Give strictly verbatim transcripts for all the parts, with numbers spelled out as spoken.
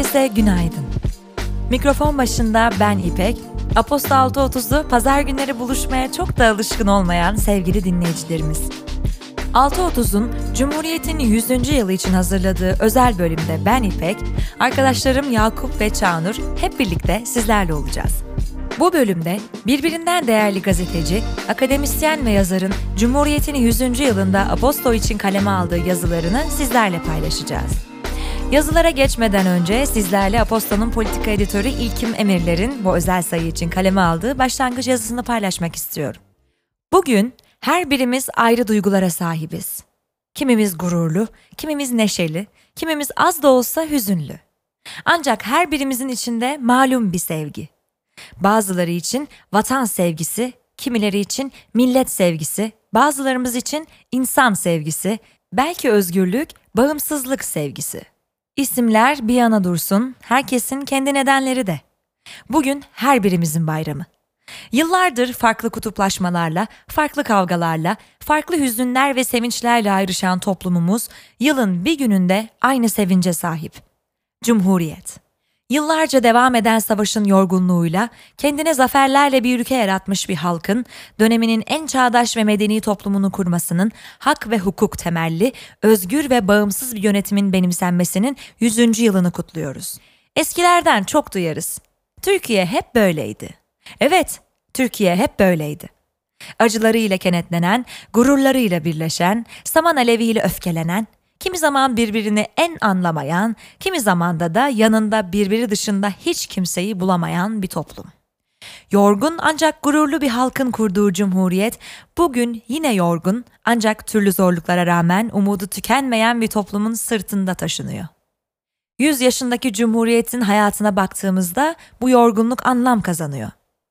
Herkese günaydın. Mikrofon başında ben İpek, Aposto altı otuz'u pazar günleri buluşmaya çok da alışkın olmayan sevgili dinleyicilerimiz. altı otuz'un Cumhuriyet'in yüzüncü yılı için hazırladığı özel bölümde ben İpek, arkadaşlarım Yakup ve Çağnur hep birlikte sizlerle olacağız. Bu bölümde birbirinden değerli gazeteci, akademisyen ve yazarın Cumhuriyet'in yüzüncü yılında Aposto için kaleme aldığı yazılarını sizlerle paylaşacağız. Yazılara geçmeden önce sizlerle Aposto'nun politika editörü İlkim Emirler'in bu özel sayı için kaleme aldığı başlangıç yazısını paylaşmak istiyorum. Bugün her birimiz ayrı duygulara sahibiz. Kimimiz gururlu, kimimiz neşeli, kimimiz az da olsa hüzünlü. Ancak her birimizin içinde malum bir sevgi. Bazıları için vatan sevgisi, kimileri için millet sevgisi, bazılarımız için insan sevgisi, belki özgürlük, bağımsızlık sevgisi. İsimler bir yana dursun, herkesin kendi nedenleri de. Bugün her birimizin bayramı. Yıllardır farklı kutuplaşmalarla, farklı kavgalarla, farklı hüzünler ve sevinçlerle ayrışan toplumumuz yılın bir gününde aynı sevince sahip. Cumhuriyet. Yıllarca devam eden savaşın yorgunluğuyla kendine zaferlerle bir ülke yaratmış bir halkın döneminin en çağdaş ve medeni toplumunu kurmasının, hak ve hukuk temelli, özgür ve bağımsız bir yönetimin benimsenmesinin yüzüncü yılını kutluyoruz. Eskilerden çok duyarız. Türkiye hep böyleydi. Evet, Türkiye hep böyleydi. Acılarıyla kenetlenen, gururlarıyla birleşen, saman aleviyle öfkelenen, kimi zaman birbirini en anlamayan, kimi zamanda da yanında birbiri dışında hiç kimseyi bulamayan bir toplum. Yorgun ancak gururlu bir halkın kurduğu cumhuriyet, bugün yine yorgun ancak türlü zorluklara rağmen umudu tükenmeyen bir toplumun sırtında taşınıyor. Yüz yaşındaki cumhuriyetin hayatına baktığımızda bu yorgunluk anlam kazanıyor.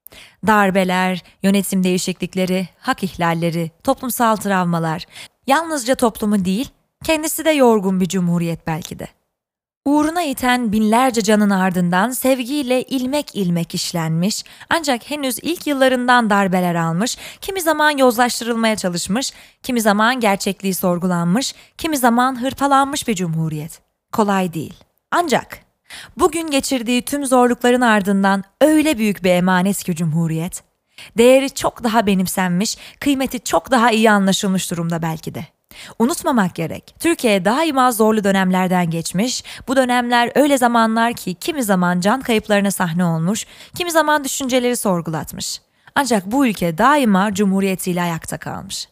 Darbeler, yönetim değişiklikleri, hak ihlalleri, toplumsal travmalar, yalnızca toplumu değil, kendisi de yorgun bir cumhuriyet belki de. Uğruna iten binlerce canın ardından sevgiyle ilmek ilmek işlenmiş, ancak henüz ilk yıllarından darbeler almış, kimi zaman yozlaştırılmaya çalışmış, kimi zaman gerçekliği sorgulanmış, kimi zaman hırpalanmış bir cumhuriyet. Kolay değil. Ancak bugün geçirdiği tüm zorlukların ardından öyle büyük bir emanet ki cumhuriyet, değeri çok daha benimsenmiş, kıymeti çok daha iyi anlaşılmış durumda belki de. Unutmamak gerek. Türkiye daima zorlu dönemlerden geçmiş. Bu dönemler öyle zamanlar ki kimi zaman can kayıplarına sahne olmuş, kimi zaman düşünceleri sorgulatmış. Ancak bu ülke daima cumhuriyetiyle ayakta kalmış.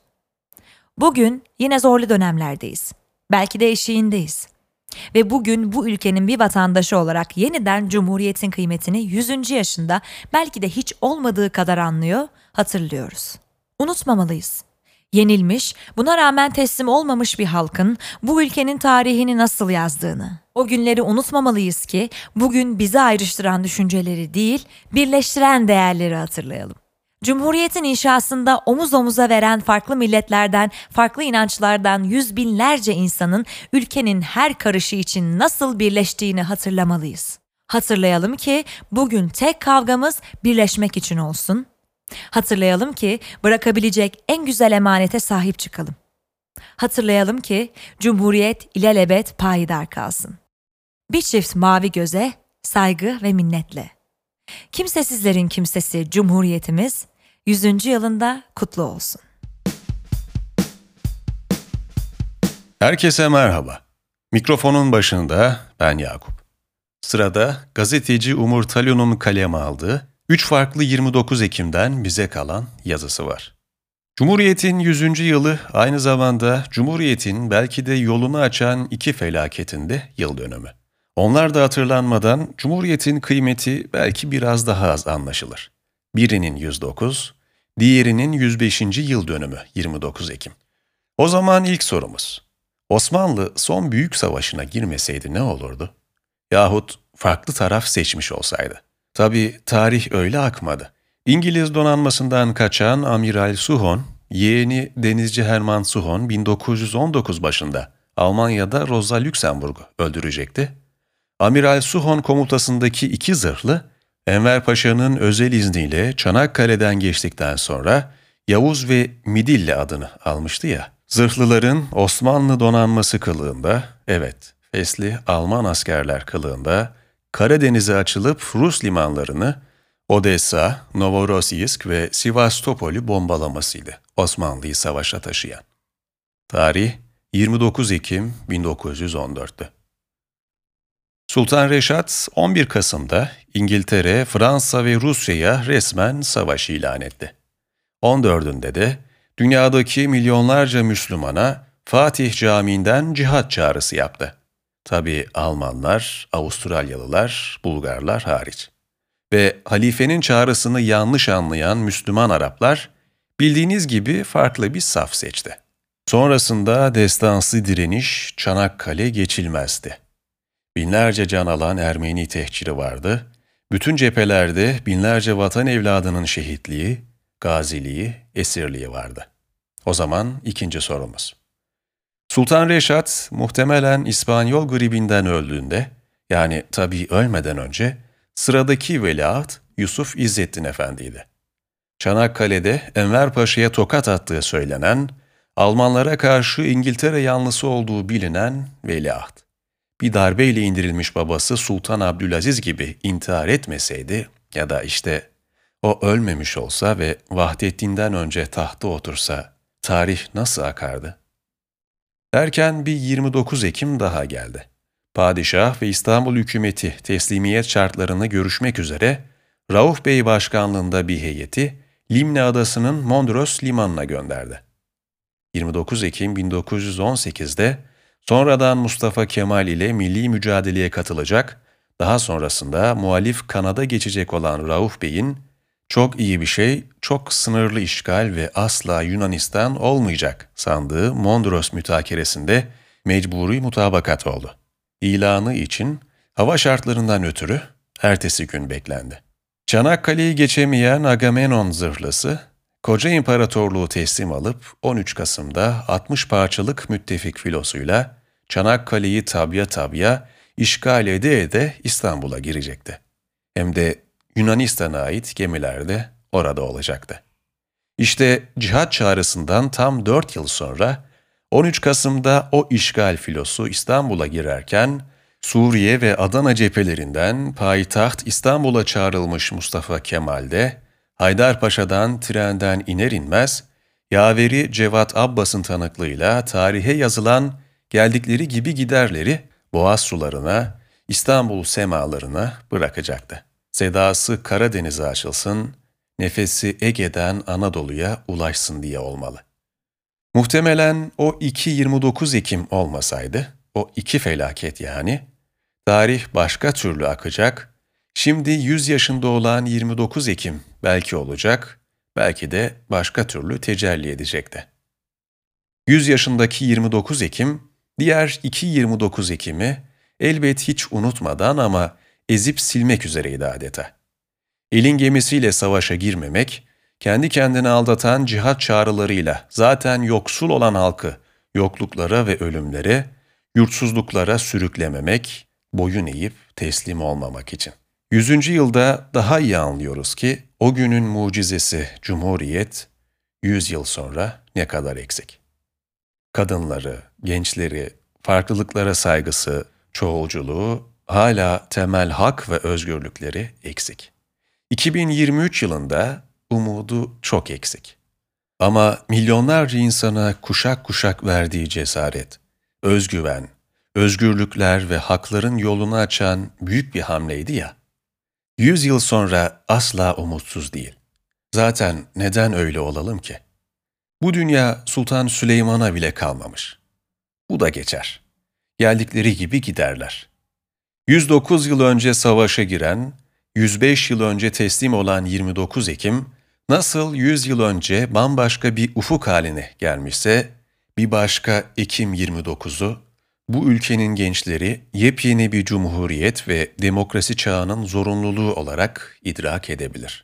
Bugün yine zorlu dönemlerdeyiz. Belki de eşiğindeyiz. Ve bugün bu ülkenin bir vatandaşı olarak yeniden cumhuriyetin kıymetini yüzüncü yaşında belki de hiç olmadığı kadar anlıyor, hatırlıyoruz. Unutmamalıyız. Yenilmiş, buna rağmen teslim olmamış bir halkın bu ülkenin tarihini nasıl yazdığını, o günleri unutmamalıyız ki bugün bizi ayrıştıran düşünceleri değil, birleştiren değerleri hatırlayalım. Cumhuriyetin inşasında omuz omuza veren farklı milletlerden, farklı inançlardan yüz binlerce insanın ülkenin her karışı için nasıl birleştiğini hatırlamalıyız. Hatırlayalım ki bugün tek kavgamız birleşmek için olsun. Hatırlayalım ki bırakabilecek en güzel emanete sahip çıkalım. Hatırlayalım ki Cumhuriyet ilelebet payidar kalsın. Bir çift mavi göze, saygı ve minnetle. Kimsesizlerin kimsesi Cumhuriyetimiz yüzüncü yılında kutlu olsun. Herkese merhaba. Mikrofonun başında ben Yakup. Sırada gazeteci Umur Talion'un kaleme aldığı üç farklı yirmi dokuz Ekim'den bize kalan yazısı var. Cumhuriyet'in yüzüncü yılı aynı zamanda Cumhuriyet'in belki de yolunu açan iki felaketin de yıl dönümü. Onlar da hatırlanmadan Cumhuriyet'in kıymeti belki biraz daha az anlaşılır. Birinin yüz dokuz, diğerinin yüz beşinci yıl dönümü yirmi dokuz Ekim. O zaman ilk sorumuz, Osmanlı son büyük savaşına girmeseydi ne olurdu? Yahut farklı taraf seçmiş olsaydı? Tabii tarih öyle akmadı. İngiliz donanmasından kaçan Amiral Suhon, yeğeni denizci Hermann Suhon bin dokuz yüz on dokuz başında Almanya'da Rosa Luxemburg'u öldürecekti. Amiral Suhon komutasındaki iki zırhlı, Enver Paşa'nın özel izniyle Çanakkale'den geçtikten sonra Yavuz ve Midilli adını almıştı ya. Zırhlıların Osmanlı donanması kılığında, evet, fesli Alman askerler kılığında Karadeniz'e açılıp Rus limanlarını Odessa, Novorossiysk ve Sivastopol'ü bombalamasıydı Osmanlı'yı savaşa taşıyan. Tarih yirmi dokuz Ekim bin dokuz yüz on dörttü. Sultan Reşat on bir Kasım'da İngiltere, Fransa ve Rusya'ya resmen savaş ilan etti. on dördünde de dünyadaki milyonlarca Müslümana Fatih Camii'nden cihat çağrısı yaptı. Tabii Almanlar, Avustralyalılar, Bulgarlar hariç. Ve halifenin çağrısını yanlış anlayan Müslüman Araplar bildiğiniz gibi farklı bir saf seçti. Sonrasında destansı direniş Çanakkale geçilmezdi. Binlerce can alan Ermeni tehciri vardı. Bütün cephelerde binlerce vatan evladının şehitliği, gaziliği, esirliği vardı. O zaman ikinci sorumuz. Sultan Reşat muhtemelen İspanyol gribinden öldüğünde, yani tabii ölmeden önce, sıradaki veliaht Yusuf İzzettin Efendi'ydi. Çanakkale'de Enver Paşa'ya tokat attığı söylenen, Almanlara karşı İngiltere yanlısı olduğu bilinen veliaht. Bir darbeyle indirilmiş babası Sultan Abdülaziz gibi intihar etmeseydi ya da işte o ölmemiş olsa ve Vahdettin'den önce tahta otursa tarih nasıl akardı? Derken bir yirmi dokuz Ekim daha geldi. Padişah ve İstanbul hükümeti teslimiyet şartlarını görüşmek üzere Rauf Bey başkanlığında bir heyeti Limne Adası'nın Mondros limanına gönderdi. yirmi dokuz Ekim bin dokuz yüz on sekizde sonradan Mustafa Kemal ile milli mücadeleye katılacak, daha sonrasında muhalif kanada geçecek olan Rauf Bey'in çok iyi bir şey, çok sınırlı işgal ve asla Yunanistan olmayacak sandığı Mondros mütakeresinde mecburi mutabakat oldu. İlanı için hava şartlarından ötürü ertesi gün beklendi. Çanakkale'yi geçemeyen Agamenon zırhlısı, koca imparatorluğu teslim alıp on üç Kasım'da altmış parçalık müttefik filosuyla Çanakkale'yi tabya tabya işgal ede ede İstanbul'a girecekti. Hem de Yunanistan'a ait gemiler de orada olacaktı. İşte cihat çağrısından tam dört yıl sonra on üç Kasım'da o işgal filosu İstanbul'a girerken Suriye ve Adana cephelerinden payitaht İstanbul'a çağrılmış Mustafa Kemal de Haydarpaşa'dan trenden iner inmez yaveri Cevat Abbas'ın tanıklığıyla tarihe yazılan geldikleri gibi giderleri Boğaz sularına, İstanbul semalarına bırakacaktı. Sedası Karadeniz'e açılsın, nefesi Ege'den Anadolu'ya ulaşsın diye olmalı. Muhtemelen o iki yirmi dokuz Ekim olmasaydı, o iki felaket yani, tarih başka türlü akacak, şimdi yüz yaşında olan yirmi dokuz Ekim belki olacak, belki de başka türlü tecelli edecekti. yüz yaşındaki yirmi dokuz Ekim, diğer iki yirmi dokuz Ekim'i elbet hiç unutmadan ama ezip silmek üzereydi adeta. Elin gemisiyle savaşa girmemek, kendi kendini aldatan cihat çağrılarıyla zaten yoksul olan halkı yokluklara ve ölümlere, yurtsuzluklara sürüklememek, boyun eğip teslim olmamak için. Yüzüncü yılda daha iyi anlıyoruz ki o günün mucizesi Cumhuriyet, yüz yıl sonra ne kadar eksik. Kadınları, gençleri, farklılıklara saygısı, çoğulculuğu, hala temel hak ve özgürlükleri eksik. iki bin yirmi üç yılında umudu çok eksik. Ama milyonlarca insana kuşak kuşak verdiği cesaret, özgüven, özgürlükler ve hakların yolunu açan büyük bir hamleydi ya. Yüz yıl sonra asla umutsuz değil. Zaten neden öyle olalım ki? Bu dünya Sultan Süleyman'a bile kalmamış. Bu da geçer. Geldikleri gibi giderler. yüz dokuz yıl önce savaşa giren, yüz beş yıl önce teslim olan yirmi dokuz Ekim, nasıl yüz yıl önce bambaşka bir ufuk haline gelmişse, bir başka Ekim yirmi dokuzu, bu ülkenin gençleri yepyeni bir cumhuriyet ve demokrasi çağının zorunluluğu olarak idrak edebilir.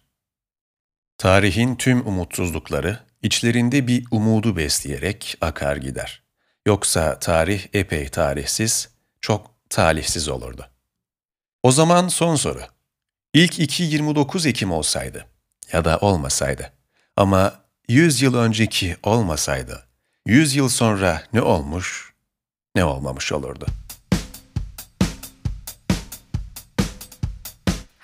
Tarihin tüm umutsuzlukları içlerinde bir umudu besleyerek akar gider. Yoksa tarih epey tarihsiz, çok talihsiz olurdu. O zaman son soru. İlk iki yirmi dokuz Ekim olsaydı ya da olmasaydı ama yüz yıl önceki olmasaydı, yüz yıl sonra ne olmuş, ne olmamış olurdu?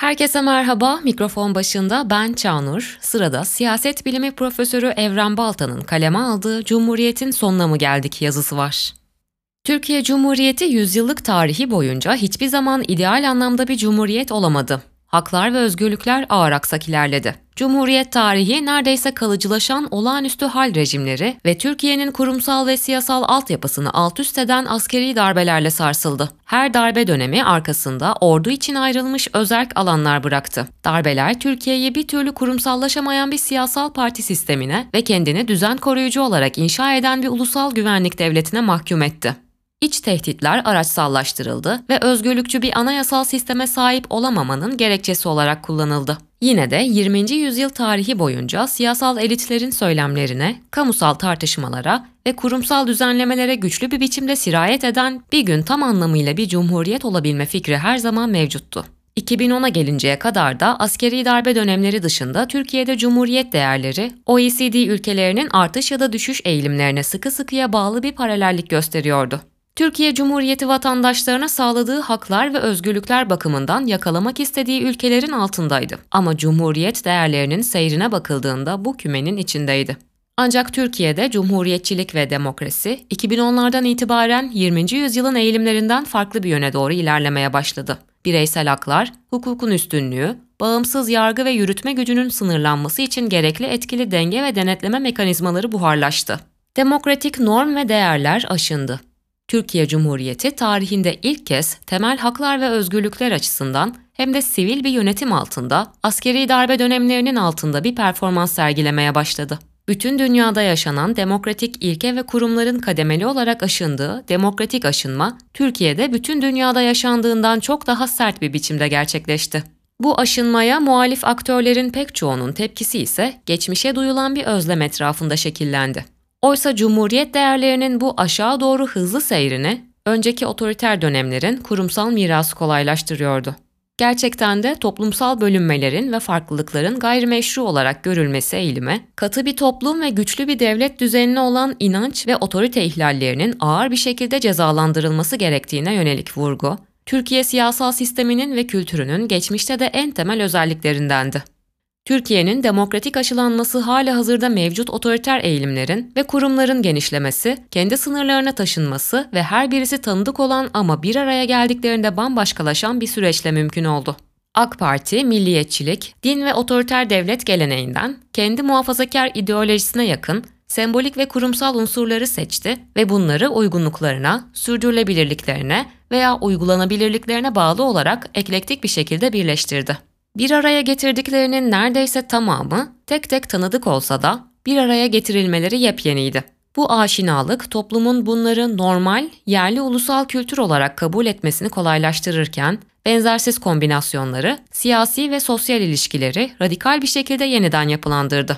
Herkese merhaba, mikrofon başında ben Çağnur. Sırada siyaset bilimi profesörü Evren Balta'nın kaleme aldığı Cumhuriyet'in sonuna mı geldik yazısı var. Türkiye Cumhuriyeti yüzyıllık tarihi boyunca hiçbir zaman ideal anlamda bir cumhuriyet olamadı. Haklar ve özgürlükler ağır aksak ilerledi. Cumhuriyet tarihi neredeyse kalıcılaşan olağanüstü hal rejimleri ve Türkiye'nin kurumsal ve siyasal altyapısını alt üst eden askeri darbelerle sarsıldı. Her darbe dönemi arkasında ordu için ayrılmış özerk alanlar bıraktı. Darbeler Türkiye'yi bir türlü kurumsallaşamayan bir siyasal parti sistemine ve kendini düzen koruyucu olarak inşa eden bir ulusal güvenlik devletine mahkum etti. İç tehditler araçsallaştırıldı ve özgürlükçü bir anayasal sisteme sahip olamamanın gerekçesi olarak kullanıldı. Yine de yirminci yüzyıl tarihi boyunca siyasal elitlerin söylemlerine, kamusal tartışmalara ve kurumsal düzenlemelere güçlü bir biçimde sirayet eden bir gün tam anlamıyla bir cumhuriyet olabilme fikri her zaman mevcuttu. iki bin ona gelinceye kadar da askeri darbe dönemleri dışında Türkiye'de cumhuriyet değerleri, O E C D ülkelerinin artış ya da düşüş eğilimlerine sıkı sıkıya bağlı bir paralellik gösteriyordu. Türkiye Cumhuriyeti vatandaşlarına sağladığı haklar ve özgürlükler bakımından yakalamak istediği ülkelerin altındaydı. Ama Cumhuriyet değerlerinin seyrine bakıldığında bu kümenin içindeydi. Ancak Türkiye'de cumhuriyetçilik ve demokrasi iki bin onlardan itibaren yirminci yüzyılın eğilimlerinden farklı bir yöne doğru ilerlemeye başladı. Bireysel haklar, hukukun üstünlüğü, bağımsız yargı ve yürütme gücünün sınırlanması için gerekli etkili denge ve denetleme mekanizmaları buharlaştı. Demokratik norm ve değerler aşındı. Türkiye Cumhuriyeti tarihinde ilk kez temel haklar ve özgürlükler açısından hem de sivil bir yönetim altında, askeri darbe dönemlerinin altında bir performans sergilemeye başladı. Bütün dünyada yaşanan demokratik ilke ve kurumların kademeli olarak aşındığı demokratik aşınma, Türkiye'de bütün dünyada yaşandığından çok daha sert bir biçimde gerçekleşti. Bu aşınmaya muhalif aktörlerin pek çoğunun tepkisi ise geçmişe duyulan bir özlem etrafında şekillendi. Oysa Cumhuriyet değerlerinin bu aşağı doğru hızlı seyrini, önceki otoriter dönemlerin kurumsal mirası kolaylaştırıyordu. Gerçekten de toplumsal bölünmelerin ve farklılıkların gayrimeşru olarak görülmesi eğilimi, katı bir toplum ve güçlü bir devlet düzenine olan inanç ve otorite ihlallerinin ağır bir şekilde cezalandırılması gerektiğine yönelik vurgu, Türkiye siyasal sisteminin ve kültürünün geçmişte de en temel özelliklerindendi. Türkiye'nin demokratik aşılanması halihazırda mevcut otoriter eğilimlerin ve kurumların genişlemesi, kendi sınırlarına taşınması ve her birisi tanıdık olan ama bir araya geldiklerinde bambaşkalaşan bir süreçle mümkün oldu. AK Parti, milliyetçilik, din ve otoriter devlet geleneğinden kendi muhafazakar ideolojisine yakın, sembolik ve kurumsal unsurları seçti ve bunları uygunluklarına, sürdürülebilirliklerine veya uygulanabilirliklerine bağlı olarak eklektik bir şekilde birleştirdi. Bir araya getirdiklerinin neredeyse tamamı tek tek tanıdık olsa da bir araya getirilmeleri yepyeniydi. Bu aşinalık toplumun bunları normal, yerli ulusal kültür olarak kabul etmesini kolaylaştırırken, benzersiz kombinasyonları, siyasi ve sosyal ilişkileri radikal bir şekilde yeniden yapılandırdı.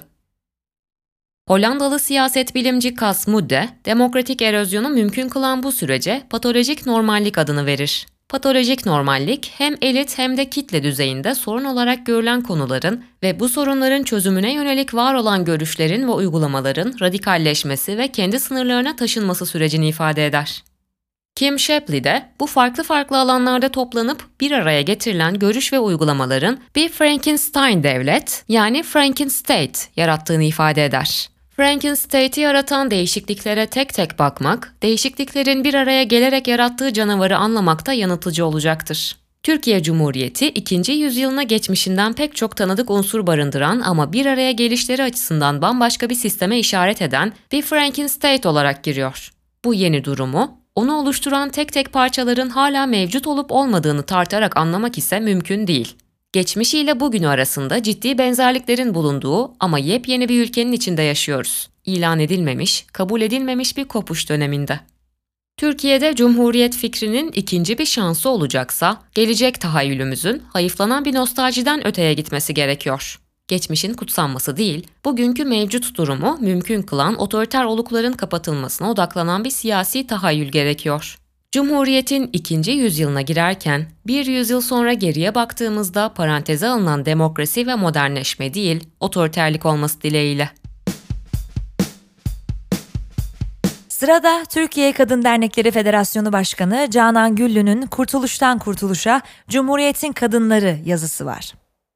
Hollandalı siyaset bilimci Cas Mudde, demokratik erozyonu mümkün kılan bu sürece patolojik normallik adını verir. Patolojik normallik hem elit hem de kitle düzeyinde sorun olarak görülen konuların ve bu sorunların çözümüne yönelik var olan görüşlerin ve uygulamaların radikalleşmesi ve kendi sınırlarına taşınması sürecini ifade eder. Kim Shapley de bu farklı farklı alanlarda toplanıp bir araya getirilen görüş ve uygulamaların bir Frankenstein devlet yani Frankenstate yarattığını ifade eder. Frankenstate'i yaratan değişikliklere tek tek bakmak, değişikliklerin bir araya gelerek yarattığı canavarı anlamakta yanıltıcı olacaktır. Türkiye Cumhuriyeti ikinci yüzyılına geçmişinden pek çok tanıdık unsur barındıran ama bir araya gelişleri açısından bambaşka bir sisteme işaret eden bir Frankenstate olarak giriyor. Bu yeni durumu, onu oluşturan tek tek parçaların hala mevcut olup olmadığını tartarak anlamak ise mümkün değil. Geçmişiyle bugünü arasında ciddi benzerliklerin bulunduğu ama yepyeni bir ülkenin içinde yaşıyoruz. İlan edilmemiş, kabul edilmemiş bir kopuş döneminde. Türkiye'de Cumhuriyet fikrinin ikinci bir şansı olacaksa, gelecek tahayyülümüzün hayıflanan bir nostaljiden öteye gitmesi gerekiyor. Geçmişin kutsanması değil, bugünkü mevcut durumu mümkün kılan otoriter olukların kapatılmasına odaklanan bir siyasi tahayyül gerekiyor. Cumhuriyet'in ikinci yüzyılına girerken, bir yüzyıl sonra geriye baktığımızda paranteze alınan demokrasi ve modernleşme değil, otoriterlik olması dileğiyle. Sırada Türkiye Kadın Dernekleri Federasyonu Başkanı Canan Güllü'nün Kurtuluştan Kurtuluşa Cumhuriyetin Kadınları yazısı var.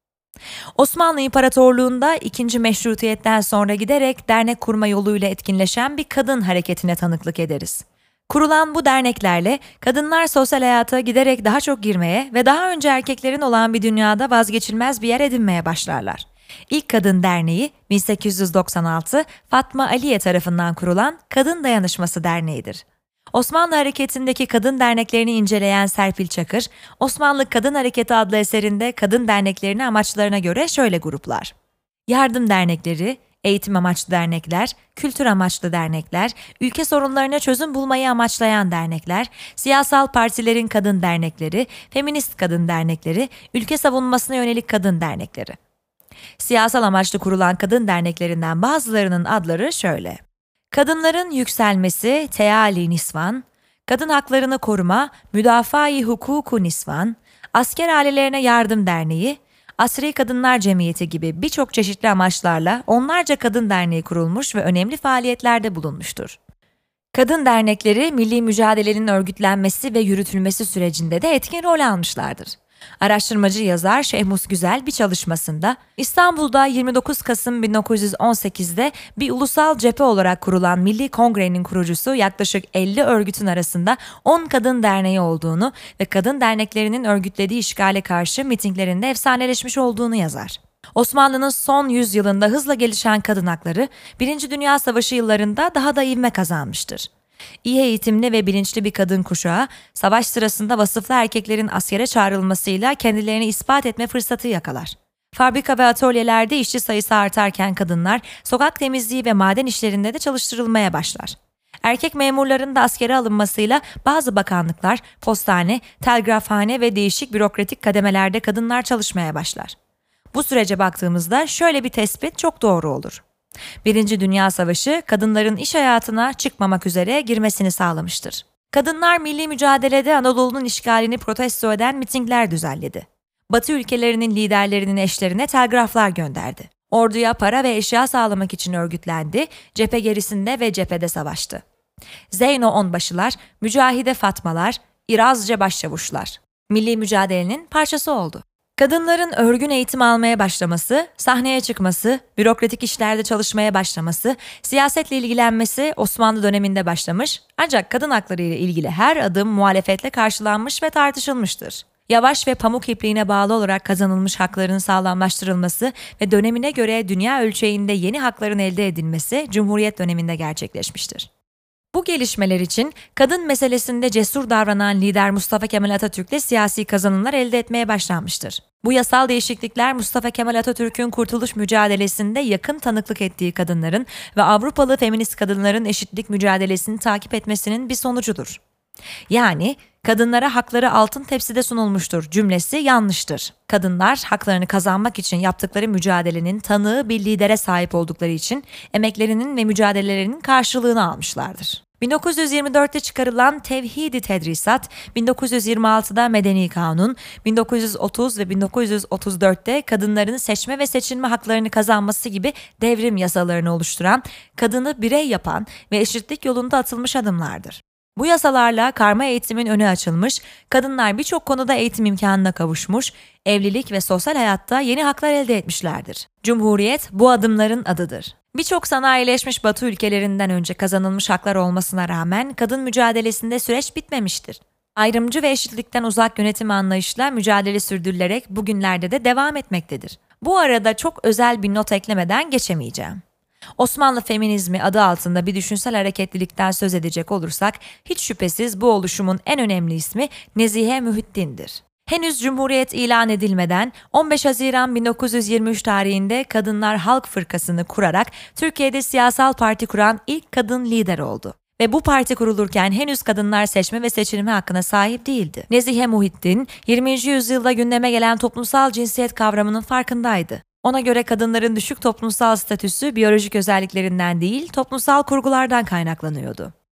Osmanlı İmparatorluğu'nda ikinci Meşrutiyet'ten sonra giderek dernek kurma yoluyla etkinleşen bir kadın hareketine tanıklık ederiz. Kurulan bu derneklerle kadınlar sosyal hayata giderek daha çok girmeye ve daha önce erkeklerin olan bir dünyada vazgeçilmez bir yer edinmeye başlarlar. İlk kadın derneği bin sekiz yüz doksan altı Fatma Aliye tarafından kurulan Kadın Dayanışması Derneği'dir. Osmanlı Hareketi'ndeki kadın derneklerini inceleyen Serpil Çakır, Osmanlı Kadın Hareketi adlı eserinde kadın derneklerini amaçlarına göre şöyle gruplar: yardım dernekleri, eğitim amaçlı dernekler, kültür amaçlı dernekler, ülke sorunlarına çözüm bulmayı amaçlayan dernekler, siyasal partilerin kadın dernekleri, feminist kadın dernekleri, ülke savunmasına yönelik kadın dernekleri. Siyasal amaçlı kurulan kadın derneklerinden bazılarının adları şöyle: Kadınların Yükselmesi Teali Nisvan, Kadın Haklarını Koruma Müdafaa-i Hukuku Nisvan, Asker Ailelerine Yardım Derneği, Asri Kadınlar Cemiyeti gibi birçok çeşitli amaçlarla onlarca kadın derneği kurulmuş ve önemli faaliyetlerde bulunmuştur. Kadın dernekleri milli mücadelenin örgütlenmesi ve yürütülmesi sürecinde de etkin rol almışlardır. Araştırmacı yazar Şehmus Güzel bir çalışmasında İstanbul'da yirmi dokuz Kasım bin dokuz yüz on sekiz'de bir ulusal cephe olarak kurulan Milli Kongre'nin kurucusu yaklaşık elli örgütün arasında on kadın derneği olduğunu ve kadın derneklerinin örgütlediği işgale karşı mitinglerinde efsaneleşmiş olduğunu yazar. Osmanlı'nın son yüzyılında hızla gelişen kadın hakları, Birinci Dünya Savaşı yıllarında daha da ivme kazanmıştır. İyi eğitimli ve bilinçli bir kadın kuşağı, savaş sırasında vasıflı erkeklerin askere çağrılmasıyla kendilerini ispat etme fırsatı yakalar. Fabrika ve atölyelerde işçi sayısı artarken kadınlar, sokak temizliği ve maden işlerinde de çalıştırılmaya başlar. Erkek memurların da askere alınmasıyla bazı bakanlıklar, postane, telgrafhane ve değişik bürokratik kademelerde kadınlar çalışmaya başlar. Bu sürece baktığımızda şöyle bir tespit çok doğru olur. Birinci Dünya Savaşı, kadınların iş hayatına çıkmamak üzere girmesini sağlamıştır. Kadınlar milli mücadelede Anadolu'nun işgalini protesto eden mitingler düzenledi. Batı ülkelerinin liderlerinin eşlerine telgraflar gönderdi. Orduya para ve eşya sağlamak için örgütlendi, cephe gerisinde ve cephede savaştı. Zeyno Onbaşılar, Mücahide Fatmalar, İrazce Başçavuşlar milli mücadelenin parçası oldu. Kadınların örgün eğitim almaya başlaması, sahneye çıkması, bürokratik işlerde çalışmaya başlaması, siyasetle ilgilenmesi Osmanlı döneminde başlamış, ancak kadın hakları ile ilgili her adım muhalefetle karşılanmış ve tartışılmıştır. Yavaş ve pamuk ipliğine bağlı olarak kazanılmış hakların sağlamlaştırılması ve dönemine göre dünya ölçeğinde yeni hakların elde edilmesi Cumhuriyet döneminde gerçekleşmiştir. Bu gelişmeler için kadın meselesinde cesur davranan lider Mustafa Kemal Atatürk'le siyasi kazanımlar elde etmeye başlanmıştır. Bu yasal değişiklikler Mustafa Kemal Atatürk'ün kurtuluş mücadelesinde yakın tanıklık ettiği kadınların ve Avrupalı feminist kadınların eşitlik mücadelesini takip etmesinin bir sonucudur. Yani kadınlara hakları altın tepside sunulmuştur cümlesi yanlıştır. Kadınlar haklarını kazanmak için yaptıkları mücadelenin tanığı bir lidere sahip oldukları için emeklerinin ve mücadelelerinin karşılığını almışlardır. bin dokuz yüz yirmi dört'te çıkarılan Tevhid-i Tedrisat, bin dokuz yüz yirmi altı'da Medeni Kanun, bin dokuz yüz otuz ve bin dokuz yüz otuz dört'te kadınların seçme ve seçilme haklarını kazanması gibi devrim yasalarını oluşturan, kadını birey yapan ve eşitlik yolunda atılmış adımlardır. Bu yasalarla karma eğitimin önü açılmış, kadınlar birçok konuda eğitim imkanına kavuşmuş, evlilik ve sosyal hayatta yeni haklar elde etmişlerdir. Cumhuriyet bu adımların adıdır. Birçok sanayileşmiş Batı ülkelerinden önce kazanılmış haklar olmasına rağmen kadın mücadelesinde süreç bitmemiştir. Ayrımcı ve eşitlikten uzak yönetim anlayışla mücadele sürdürülerek bugünlerde de devam etmektedir. Bu arada çok özel bir not eklemeden geçemeyeceğim. Osmanlı feminizmi adı altında bir düşünsel hareketlilikten söz edecek olursak, hiç şüphesiz bu oluşumun en önemli ismi Nezihe Muhittin'dir. Henüz Cumhuriyet ilan edilmeden on beş Haziran bin dokuz yüz yirmi üç tarihinde Kadınlar Halk Fırkası'nı kurarak Türkiye'de siyasal parti kuran ilk kadın lider oldu. Ve bu parti kurulurken henüz kadınlar seçme ve seçilme hakkına sahip değildi. Nezihe Muhittin, yirminci yüzyılda gündeme gelen toplumsal cinsiyet kavramının farkındaydı. Ona göre kadınların düşük toplumsal statüsü biyolojik özelliklerinden değil, toplumsal kurgulardan kaynaklanıyordu.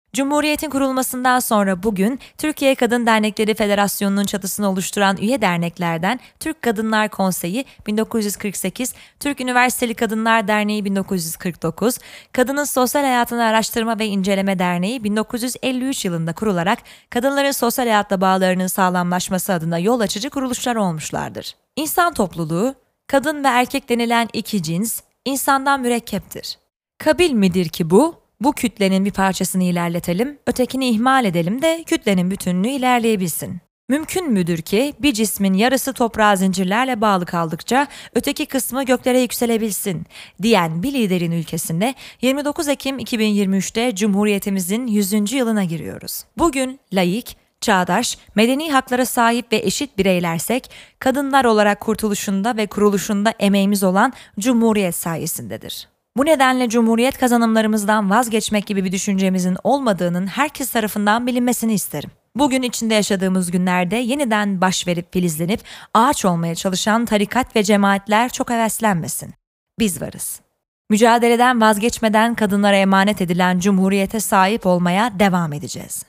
Cumhuriyetin kurulmasından sonra bugün Türkiye Kadın Dernekleri Federasyonu'nun çatısını oluşturan üye derneklerden Türk Kadınlar Konseyi bin dokuz yüz kırk sekiz, Türk Üniversiteli Kadınlar Derneği bin dokuz yüz kırk dokuz, Kadının Sosyal Hayatını Araştırma ve İnceleme Derneği bin dokuz yüz elli üç yılında kurularak kadınların sosyal hayatla bağlarının sağlamlaşması adına yol açıcı kuruluşlar olmuşlardır. İnsan topluluğu, kadın ve erkek denilen iki cins, insandan mürekkeptir. Kabil midir ki bu? Bu kütlenin bir parçasını ilerletelim, ötekini ihmal edelim de kütlenin bütünlüğü ilerleyebilsin. Mümkün müdür ki bir cismin yarısı toprağa zincirlerle bağlı kaldıkça öteki kısmı göklere yükselebilsin diyen bir liderin ülkesinde yirmi dokuz Ekim iki bin yirmi üçte Cumhuriyetimizin yüzüncü yılına giriyoruz. Bugün laik, çağdaş, medeni haklara sahip ve eşit bireylersek, kadınlar olarak kurtuluşunda ve kuruluşunda emeğimiz olan Cumhuriyet sayesindedir. Bu nedenle Cumhuriyet kazanımlarımızdan vazgeçmek gibi bir düşüncemizin olmadığının herkes tarafından bilinmesini isterim. Bugün içinde yaşadığımız günlerde yeniden baş verip filizlenip ağaç olmaya çalışan tarikat ve cemaatler çok heveslenmesin. Biz varız. Mücadeleden vazgeçmeden kadınlara emanet edilen Cumhuriyete sahip olmaya devam edeceğiz.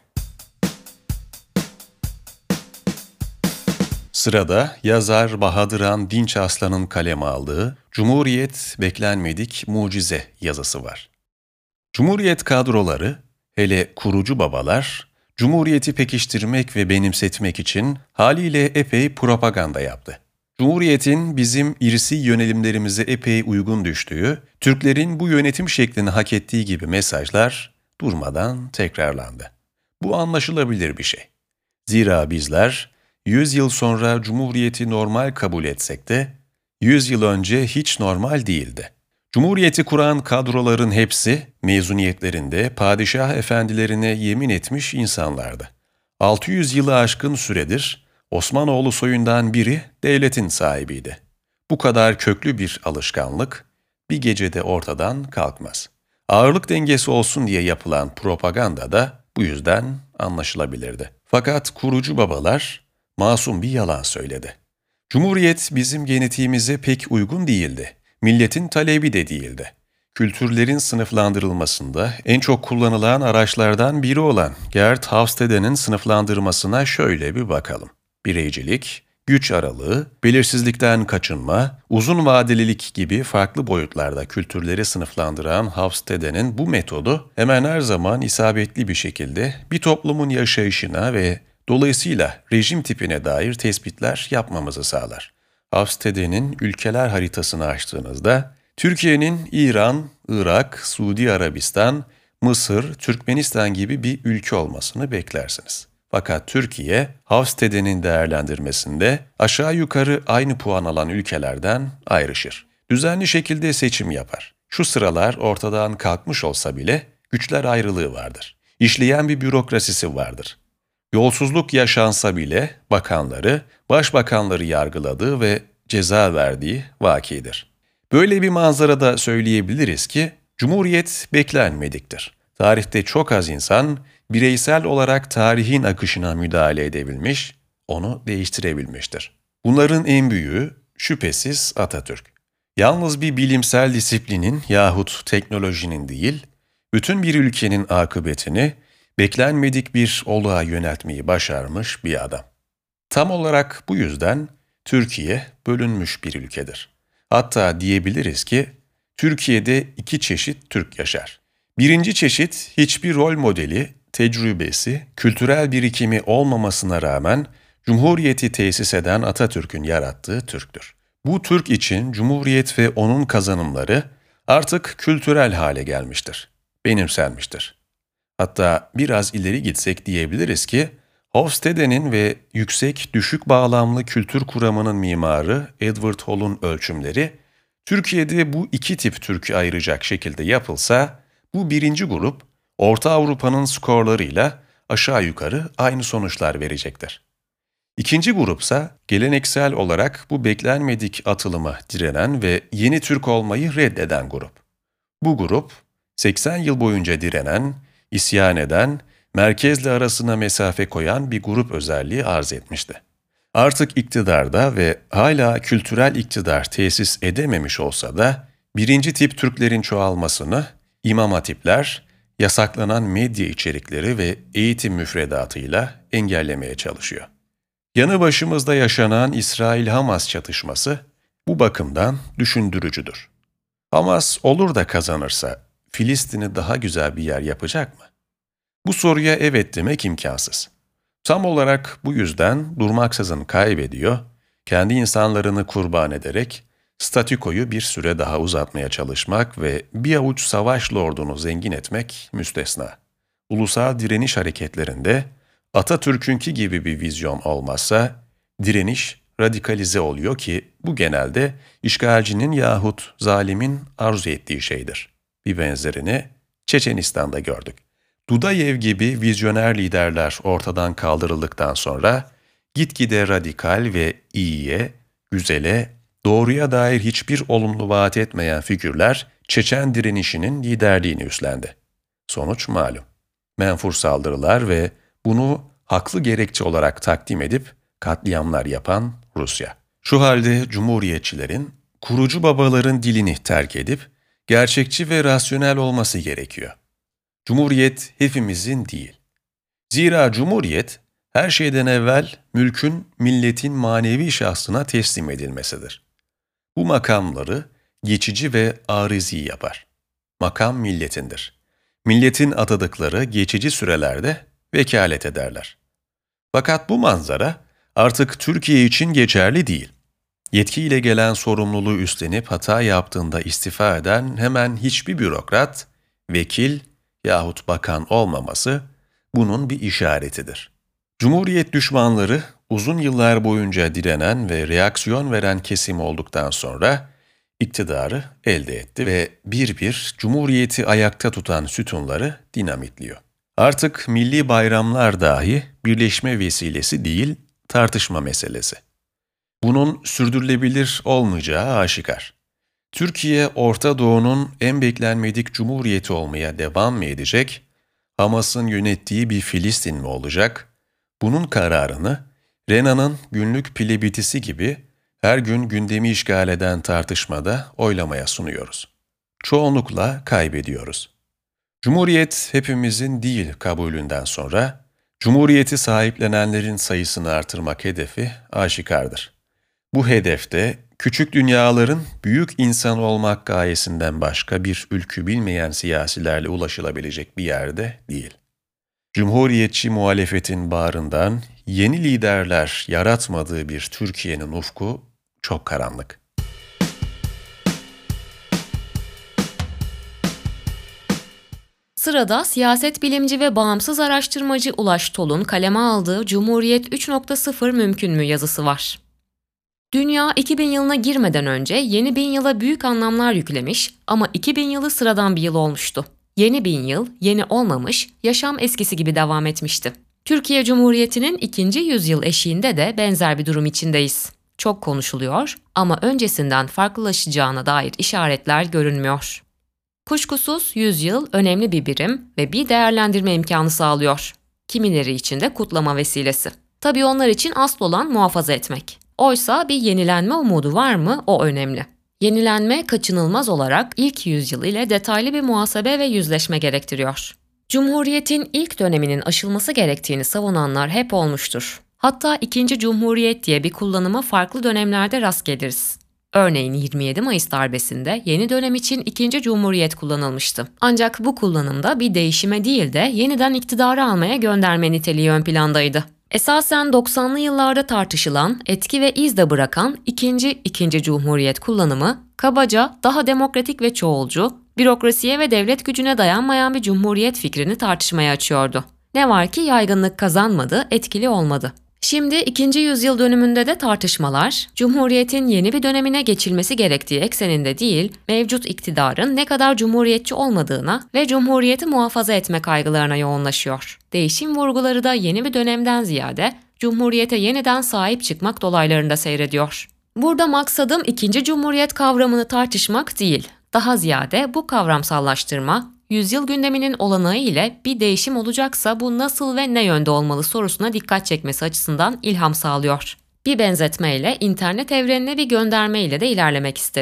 Sırada yazar Bahadıran Dinç Aslan'ın kaleme aldığı Cumhuriyet Beklenmedik Mucize yazısı var. Cumhuriyet kadroları, hele kurucu babalar, Cumhuriyeti pekiştirmek ve benimsetmek için haliyle epey propaganda yaptı. Cumhuriyetin bizim irsi yönelimlerimize epey uygun düştüğü, Türklerin bu yönetim şeklini hak ettiği gibi mesajlar durmadan tekrarlandı. Bu anlaşılabilir bir şey. Zira bizler, yüz yıl sonra Cumhuriyeti normal kabul etsek de, yüz yıl önce hiç normal değildi. Cumhuriyeti kuran kadroların hepsi mezuniyetlerinde padişah efendilerine yemin etmiş insanlardı. altı yüz yılı aşkın süredir Osmanoğlu soyundan biri devletin sahibiydi. Bu kadar köklü bir alışkanlık bir gecede ortadan kalkmaz. Ağırlık dengesi olsun diye yapılan propaganda da bu yüzden anlaşılabilirdi. Fakat kurucu babalar masum bir yalan söyledi. Cumhuriyet bizim genetiğimize pek uygun değildi. Milletin talebi de değildi. Kültürlerin sınıflandırılmasında en çok kullanılan araçlardan biri olan Gerd Hofstede'nin sınıflandırmasına şöyle bir bakalım. Bireycilik, güç aralığı, belirsizlikten kaçınma, uzun vadelilik gibi farklı boyutlarda kültürleri sınıflandıran Hofstede'nin bu metodu hemen her zaman isabetli bir şekilde bir toplumun yaşayışına ve dolayısıyla rejim tipine dair tespitler yapmamızı sağlar. Hofstede'nin ülkeler haritasını açtığınızda, Türkiye'nin İran, Irak, Suudi Arabistan, Mısır, Türkmenistan gibi bir ülke olmasını beklersiniz. Fakat Türkiye, Hofstede'nin değerlendirmesinde aşağı yukarı aynı puan alan ülkelerden ayrışır. Düzenli şekilde seçim yapar. Şu sıralar ortadan kalkmış olsa bile güçler ayrılığı vardır. İşleyen bir bürokrasisi vardır. Yolsuzluk yaşansa bile bakanları, başbakanları yargıladığı ve ceza verdiği vakidir. Böyle bir manzarada söyleyebiliriz ki, Cumhuriyet beklenmediktir. Tarihte çok az insan, bireysel olarak tarihin akışına müdahale edebilmiş, onu değiştirebilmiştir. Bunların en büyüğü şüphesiz Atatürk. Yalnız bir bilimsel disiplinin yahut teknolojinin değil, bütün bir ülkenin akıbetini beklenmedik bir olaya yöneltmeyi başarmış bir adam. Tam olarak bu yüzden Türkiye bölünmüş bir ülkedir. Hatta diyebiliriz ki Türkiye'de iki çeşit Türk yaşar. Birinci çeşit hiçbir rol modeli, tecrübesi, kültürel birikimi olmamasına rağmen Cumhuriyeti tesis eden Atatürk'ün yarattığı Türktür. Bu Türk için Cumhuriyet ve onun kazanımları artık kültürel hale gelmiştir, benimsenmiştir. Hatta biraz ileri gitsek diyebiliriz ki, Hofstede'nin ve yüksek düşük bağlamlı kültür kuramının mimarı Edward Hall'un ölçümleri, Türkiye'de bu iki tip Türk'ü ayıracak şekilde yapılsa, bu birinci grup, Orta Avrupa'nın skorlarıyla aşağı yukarı aynı sonuçlar verecektir. İkinci grupsa, geleneksel olarak bu beklenmedik atılıma direnen ve yeni Türk olmayı reddeden grup. Bu grup, seksen yıl boyunca direnen, isyan eden, merkezle arasına mesafe koyan bir grup özelliği arz etmişti. Artık iktidarda ve hala kültürel iktidar tesis edememiş olsa da, birinci tip Türklerin çoğalmasını İmam Hatipler, yasaklanan medya içerikleri ve eğitim müfredatıyla engellemeye çalışıyor. Yanı başımızda yaşanan İsrail-Hamas çatışması bu bakımdan düşündürücüdür. Hamas olur da kazanırsa Filistin'i daha güzel bir yer yapacak mı? Bu soruya evet demek imkansız. Tam olarak bu yüzden durmaksızın kaybediyor, kendi insanlarını kurban ederek statükoyu bir süre daha uzatmaya çalışmak ve bir avuç savaş lordunu zengin etmek müstesna. Ulusal direniş hareketlerinde Atatürk'ünki gibi bir vizyon olmazsa direniş radikalize oluyor ki bu genelde işgalcinin yahut zalimin arzu ettiği şeydir. Bir benzerini Çeçenistan'da gördük. Dudayev gibi vizyoner liderler ortadan kaldırıldıktan sonra gitgide radikal ve iyiye, güzele, doğruya dair hiçbir olumlu vaat etmeyen figürler Çeçen direnişinin liderliğini üstlendi. Sonuç malum. Menfur saldırılar ve bunu haklı gerekçe olarak takdim edip katliamlar yapan Rusya. Şu halde cumhuriyetçilerin, kurucu babaların dilini terk edip gerçekçi ve rasyonel olması gerekiyor. Cumhuriyet hepimizin değil. Zira cumhuriyet her şeyden evvel mülkün milletin manevi şahsına teslim edilmesidir. Bu makamları geçici ve arizi yapar. Makam milletindir. Milletin atadıkları geçici sürelerde vekalet ederler. Fakat bu manzara artık Türkiye için geçerli değil. Yetkiyle gelen sorumluluğu üstlenip hata yaptığında istifa eden hemen hiçbir bürokrat, vekil yahut bakan olmaması bunun bir işaretidir. Cumhuriyet düşmanları uzun yıllar boyunca direnen ve reaksiyon veren kesim olduktan sonra iktidarı elde etti ve bir bir Cumhuriyeti ayakta tutan sütunları dinamitliyor. Artık milli bayramlar dahi birleşme vesilesi değil, tartışma meselesi. Bunun sürdürülebilir olmayacağı aşikar. Türkiye, Orta Doğu'nun en beklenmedik cumhuriyeti olmaya devam mı edecek, Hamas'ın yönettiği bir Filistin mi olacak? Bunun kararını Rena'nın günlük plebisiti gibi her gün gündemi işgal eden tartışmada oylamaya sunuyoruz. Çoğunlukla kaybediyoruz. Cumhuriyet hepimizin değil kabulünden sonra, Cumhuriyeti sahiplenenlerin sayısını artırmak hedefi aşikardır. Bu hedefte küçük dünyaların büyük insan olmak gayesinden başka bir ülkü bilmeyen siyasilerle ulaşılabilecek bir yerde değil. Cumhuriyetçi muhalefetin bağrından yeni liderler yaratmadığı bir Türkiye'nin ufku çok karanlık. Sırada siyaset bilimci ve bağımsız araştırmacı Ulaş Tol'un kaleme aldığı Cumhuriyet üç nokta sıfır mümkün mü yazısı var. Dünya iki bin yılına girmeden önce yeni bin yıla büyük anlamlar yüklemiş ama iki bin yılı sıradan bir yıl olmuştu. Yeni bin yıl, yeni olmamış, yaşam eskisi gibi devam etmişti. Türkiye Cumhuriyeti'nin ikinci yüzyıl eşiğinde de benzer bir durum içindeyiz. Çok konuşuluyor ama öncesinden farklılaşacağına dair işaretler görünmüyor. Kuşkusuz yüzyıl önemli bir birim ve bir değerlendirme imkanı sağlıyor. Kimileri için de kutlama vesilesi. Tabii onlar için asıl olan muhafaza etmek. Oysa bir yenilenme umudu var mı o önemli. Yenilenme kaçınılmaz olarak ilk yüzyıl ile detaylı bir muhasebe ve yüzleşme gerektiriyor. Cumhuriyetin ilk döneminin aşılması gerektiğini savunanlar hep olmuştur. Hatta ikinci Cumhuriyet diye bir kullanıma farklı dönemlerde rast geliriz. Örneğin yirmi yedi Mayıs darbesinde yeni dönem için ikinci Cumhuriyet kullanılmıştı. Ancak bu kullanımda bir değişime değil de yeniden iktidarı almaya gönderme niteliği ön plandaydı. Esasen doksanlı yıllarda tartışılan, etki ve iz de bırakan ikinci ikinci Cumhuriyet kullanımı, kabaca daha demokratik ve çoğulcu, bürokrasiye ve devlet gücüne dayanmayan bir cumhuriyet fikrini tartışmaya açıyordu. Ne var ki yaygınlık kazanmadı, etkili olmadı. Şimdi ikinci yüzyıl dönümünde de tartışmalar, Cumhuriyet'in yeni bir dönemine geçilmesi gerektiği ekseninde değil, mevcut iktidarın ne kadar cumhuriyetçi olmadığına ve Cumhuriyeti muhafaza etme kaygılarına yoğunlaşıyor. Değişim vurguları da yeni bir dönemden ziyade, Cumhuriyete yeniden sahip çıkmak dolaylarında seyrediyor. Burada maksadım ikinci Cumhuriyet kavramını tartışmak değil, daha ziyade bu kavramsallaştırma, yüzyıl gündeminin olanağı ile bir değişim olacaksa bu nasıl ve ne yönde olmalı sorusuna dikkat çekmesi açısından ilham sağlıyor. Bir benzetmeyle internet evrenine bir gönderme ile de ilerlemek isterim.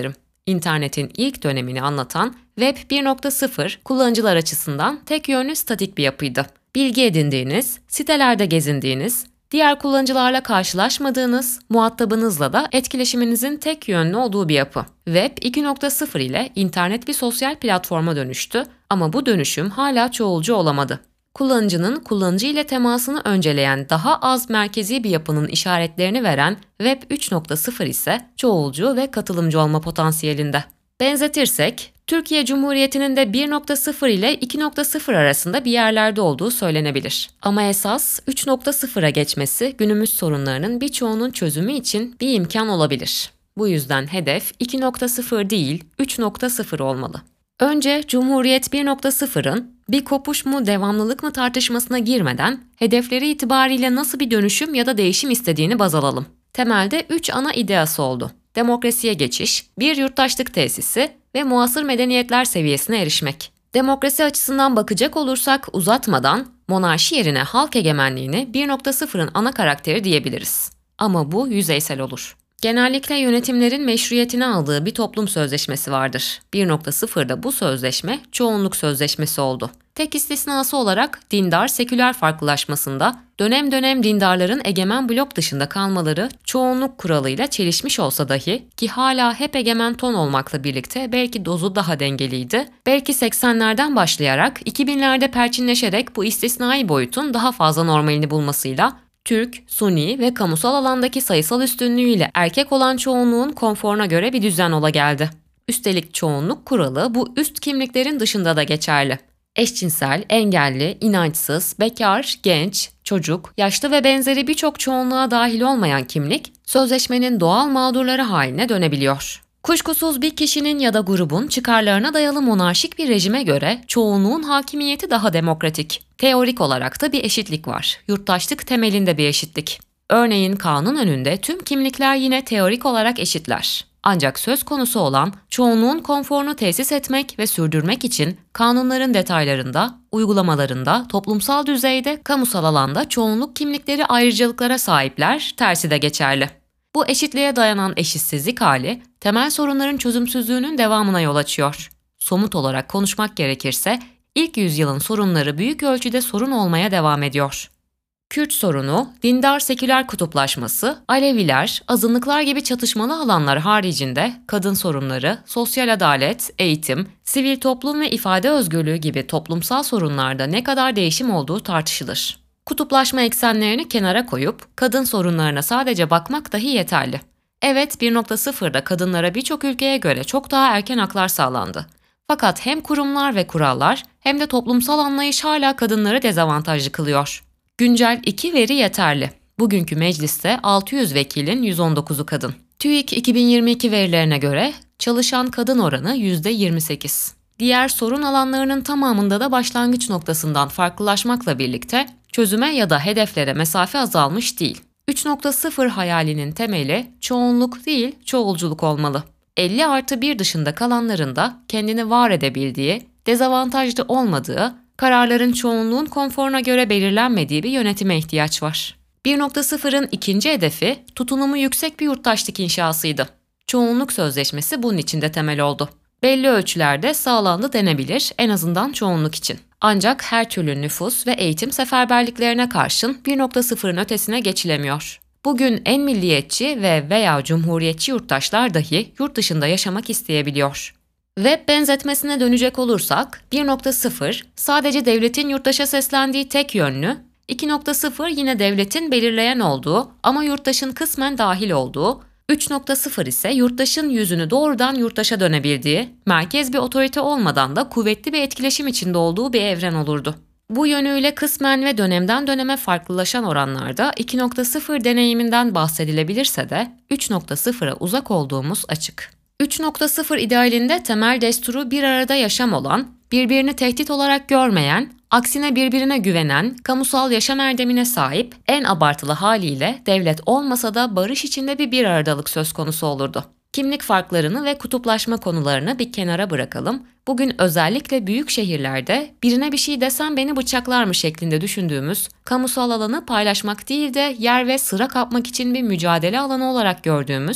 İnternetin ilk dönemini anlatan Web bir nokta sıfır kullanıcılar açısından tek yönlü statik bir yapıydı. Bilgi edindiğiniz, sitelerde gezindiğiniz, diğer kullanıcılarla karşılaşmadığınız, muhatabınızla da etkileşiminizin tek yönlü olduğu bir yapı. Web iki nokta sıfır ile internet bir sosyal platforma dönüştü ama bu dönüşüm hala çoğulcu olamadı. Kullanıcının kullanıcı ile temasını önceleyen daha az merkezi bir yapının işaretlerini veren Web üç nokta sıfır ise çoğulcu ve katılımcı olma potansiyelinde. Benzetirsek, Türkiye Cumhuriyeti'nin de bir nokta sıfır ile iki nokta sıfır arasında bir yerlerde olduğu söylenebilir. Ama esas üç nokta sıfıra geçmesi günümüz sorunlarının birçoğunun çözümü için bir imkan olabilir. Bu yüzden hedef iki nokta sıfır değil, üç nokta sıfır olmalı. Önce Cumhuriyet bir nokta sıfırın bir kopuş mu devamlılık mı tartışmasına girmeden hedefleri itibariyle nasıl bir dönüşüm ya da değişim istediğini baz alalım. Temelde üç ana ideası oldu. Demokrasiye geçiş, bir yurttaşlık tesisi ve muasır medeniyetler seviyesine erişmek. Demokrasi açısından bakacak olursak uzatmadan monarşi yerine halk egemenliğini bir nokta sıfırın ana karakteri diyebiliriz. Ama bu yüzeysel olur. Genellikle yönetimlerin meşruiyetini aldığı bir toplum sözleşmesi vardır. bir nokta sıfırda bu sözleşme çoğunluk sözleşmesi oldu. Tek istisnası olarak dindar-seküler farklılaşmasında dönem dönem dindarların egemen blok dışında kalmaları çoğunluk kuralıyla çelişmiş olsa dahi ki hala hep egemen ton olmakla birlikte belki dozu daha dengeliydi, belki seksenlerden başlayarak iki binlerde perçinleşerek bu istisnai boyutun daha fazla normalini bulmasıyla Türk, Suni ve kamusal alandaki sayısal üstünlüğüyle erkek olan çoğunluğun konforuna göre bir düzen ola geldi. Üstelik çoğunluk kuralı bu üst kimliklerin dışında da geçerli. Eşcinsel, engelli, inançsız, bekar, genç, çocuk, yaşlı ve benzeri birçok çoğunluğa dahil olmayan kimlik, sözleşmenin doğal mağdurları haline dönebiliyor. Kuşkusuz bir kişinin ya da grubun çıkarlarına dayalı monarşik bir rejime göre çoğunluğun hakimiyeti daha demokratik. Teorik olarak da bir eşitlik var. Yurttaşlık temelinde bir eşitlik. Örneğin kanun önünde tüm kimlikler yine teorik olarak eşitler. Ancak söz konusu olan çoğunluğun konforunu tesis etmek ve sürdürmek için kanunların detaylarında, uygulamalarında, toplumsal düzeyde, kamusal alanda çoğunluk kimlikleri ayrıcalıklara sahipler, tersi de geçerli. Bu eşitliğe dayanan eşitsizlik hali, temel sorunların çözümsüzlüğünün devamına yol açıyor. Somut olarak konuşmak gerekirse, ilk yüzyılın sorunları büyük ölçüde sorun olmaya devam ediyor. Kürt sorunu, dindar-seküler kutuplaşması, Aleviler, azınlıklar gibi çatışmalı alanlar haricinde kadın sorunları, sosyal adalet, eğitim, sivil toplum ve ifade özgürlüğü gibi toplumsal sorunlarda ne kadar değişim olduğu tartışılır. Kutuplaşma eksenlerini kenara koyup kadın sorunlarına sadece bakmak dahi yeterli. Evet, bir nokta sıfırda kadınlara birçok ülkeye göre çok daha erken haklar sağlandı. Fakat hem kurumlar ve kurallar hem de toplumsal anlayış hala kadınları dezavantajlı kılıyor. Güncel iki veri yeterli. Bugünkü mecliste altı yüz vekilin yüz on dokuzu kadın. TÜİK iki bin yirmi iki verilerine göre çalışan kadın oranı yüzde yirmi sekiz. Diğer sorun alanlarının tamamında da başlangıç noktasından farklılaşmakla birlikte çözüme ya da hedeflere mesafe azalmış değil. üç nokta sıfır hayalinin temeli çoğunluk değil, çoğulculuk olmalı. elli artı bir dışında kalanların da kendini var edebildiği, dezavantajlı olmadığı, kararların çoğunluğun konforuna göre belirlenmediği bir yönetime ihtiyaç var. bir nokta sıfırın ikinci hedefi tutunumu yüksek bir yurttaşlık inşasıydı. Çoğunluk sözleşmesi bunun için de temel oldu. Belli ölçülerde sağlandı denebilir, en azından çoğunluk için. Ancak her türlü nüfus ve eğitim seferberliklerine karşın bir nokta sıfırın ötesine geçilemiyor. Bugün en milliyetçi ve veya cumhuriyetçi yurttaşlar dahi yurt dışında yaşamak isteyebiliyor. Web benzetmesine dönecek olursak, bir nokta sıfır sadece devletin yurttaşa seslendiği tek yönlü, iki nokta sıfır yine devletin belirleyen olduğu ama yurttaşın kısmen dahil olduğu, üç nokta sıfır ise yurttaşın yüzünü doğrudan yurttaşa dönebildiği, merkez bir otorite olmadan da kuvvetli bir etkileşim içinde olduğu bir evren olurdu. Bu yönüyle kısmen ve dönemden döneme farklılaşan oranlarda iki nokta sıfır deneyiminden bahsedilebilirse de üç nokta sıfıra uzak olduğumuz açık. üç nokta sıfır idealinde temel desturu bir arada yaşam olan, birbirini tehdit olarak görmeyen, aksine birbirine güvenen, kamusal yaşam erdemine sahip, en abartılı haliyle devlet olmasa da barış içinde bir bir aradalık söz konusu olurdu. Kimlik farklarını ve kutuplaşma konularını bir kenara bırakalım. Bugün özellikle büyük şehirlerde birine bir şey desem beni bıçaklar mı şeklinde düşündüğümüz, kamusal alanı paylaşmak değil de yer ve sıra kapmak için bir mücadele alanı olarak gördüğümüz,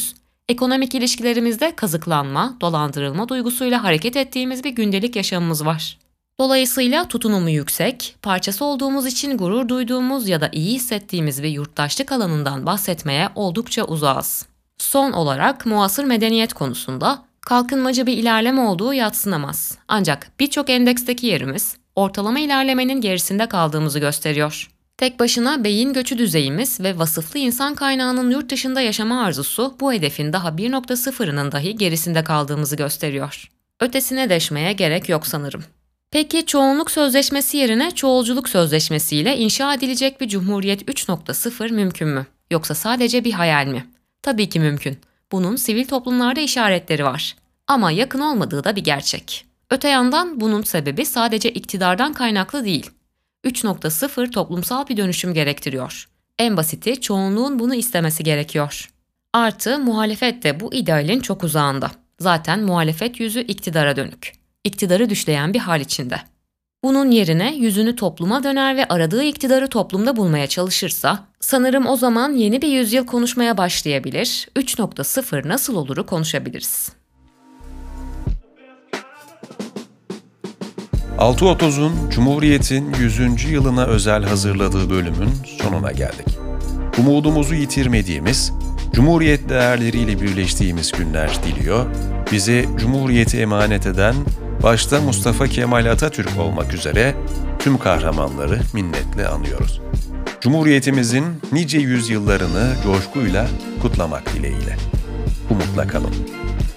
Ekonomik ilişkilerimizde kazıklanma, dolandırılma duygusuyla hareket ettiğimiz bir gündelik yaşamımız var. Dolayısıyla tutunumu yüksek, parçası olduğumuz için gurur duyduğumuz ya da iyi hissettiğimiz bir yurttaşlık alanından bahsetmeye oldukça uzağız. Son olarak muasır medeniyet konusunda kalkınmacı bir ilerleme olduğu yadsınamaz. Ancak birçok endeksteki yerimiz ortalama ilerlemenin gerisinde kaldığımızı gösteriyor. Tek başına beyin göçü düzeyimiz ve vasıflı insan kaynağının yurt dışında yaşama arzusu bu hedefin daha bir nokta sıfırının dahi gerisinde kaldığımızı gösteriyor. Ötesine deşmeye gerek yok sanırım. Peki çoğunluk sözleşmesi yerine çoğulculuk sözleşmesiyle inşa edilecek bir Cumhuriyet üç nokta sıfır mümkün mü? Yoksa sadece bir hayal mi? Tabii ki mümkün. Bunun sivil toplumlarda işaretleri var. Ama yakın olmadığı da bir gerçek. Öte yandan bunun sebebi sadece iktidardan kaynaklı değil. üç nokta sıfır toplumsal bir dönüşüm gerektiriyor. En basiti çoğunluğun bunu istemesi gerekiyor. Artı muhalefet de bu idealin çok uzağında. Zaten muhalefet yüzü iktidara dönük. İktidarı düşleyen bir hal içinde. Bunun yerine yüzünü topluma döner ve aradığı iktidarı toplumda bulmaya çalışırsa, sanırım o zaman yeni bir yüzyıl konuşmaya başlayabilir, üç nokta sıfır nasıl oluru konuşabiliriz. altı otuzun Cumhuriyet'in yüzüncü yılına özel hazırladığı bölümün sonuna geldik. Umudumuzu yitirmediğimiz, Cumhuriyet değerleriyle birleştiğimiz günler diliyor, bize Cumhuriyet'i emanet eden, başta Mustafa Kemal Atatürk olmak üzere tüm kahramanları minnetle anıyoruz. Cumhuriyetimizin nice yüzyıllarını coşkuyla kutlamak dileğiyle. Umutla kalın.